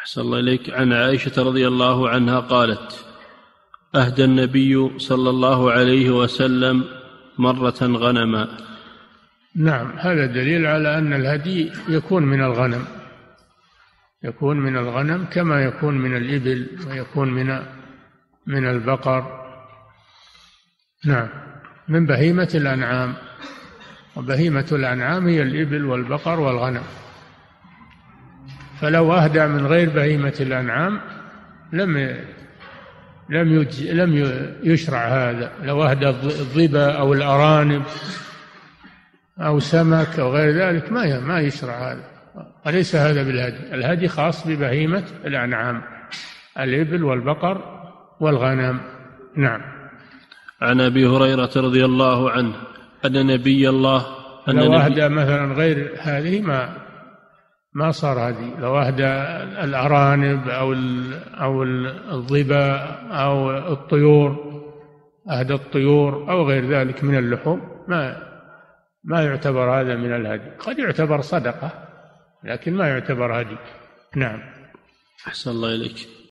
أحسن الله إليك. عن عائشة رضي الله عنها قالت: أهدى النبي صلى الله عليه وسلم مرة غنما. نعم، هذا دليل على أن الهدي يكون من الغنم، يكون من الغنم كما يكون من الإبل ويكون من البقر. نعم، من بهيمة الأنعام، وبهيمة الأنعام هي الإبل والبقر والغنم. فلو أهدى من غير بهيمة الأنعام لم يشرع هذا. لو أهدى الظبا أو الأرانب أو سمك أو غير ذلك ما يشرع هذا، وليس هذا بالهدي. الهدي خاص ببهيمة الأنعام، الإبل والبقر والغنم. نعم. عن أبي هريرة رضي الله عنه أن نبي الله لو أهدى مثلا غير هذه ما صار هدي. لو أهدى الأرانب أو الظبا أو الطيور، أهدى الطيور أو غير ذلك من اللحوم، ما يعتبر هذا من الهدي. قد يعتبر صدقة لكن ما يعتبر هدي. نعم. أحسن الله إليك.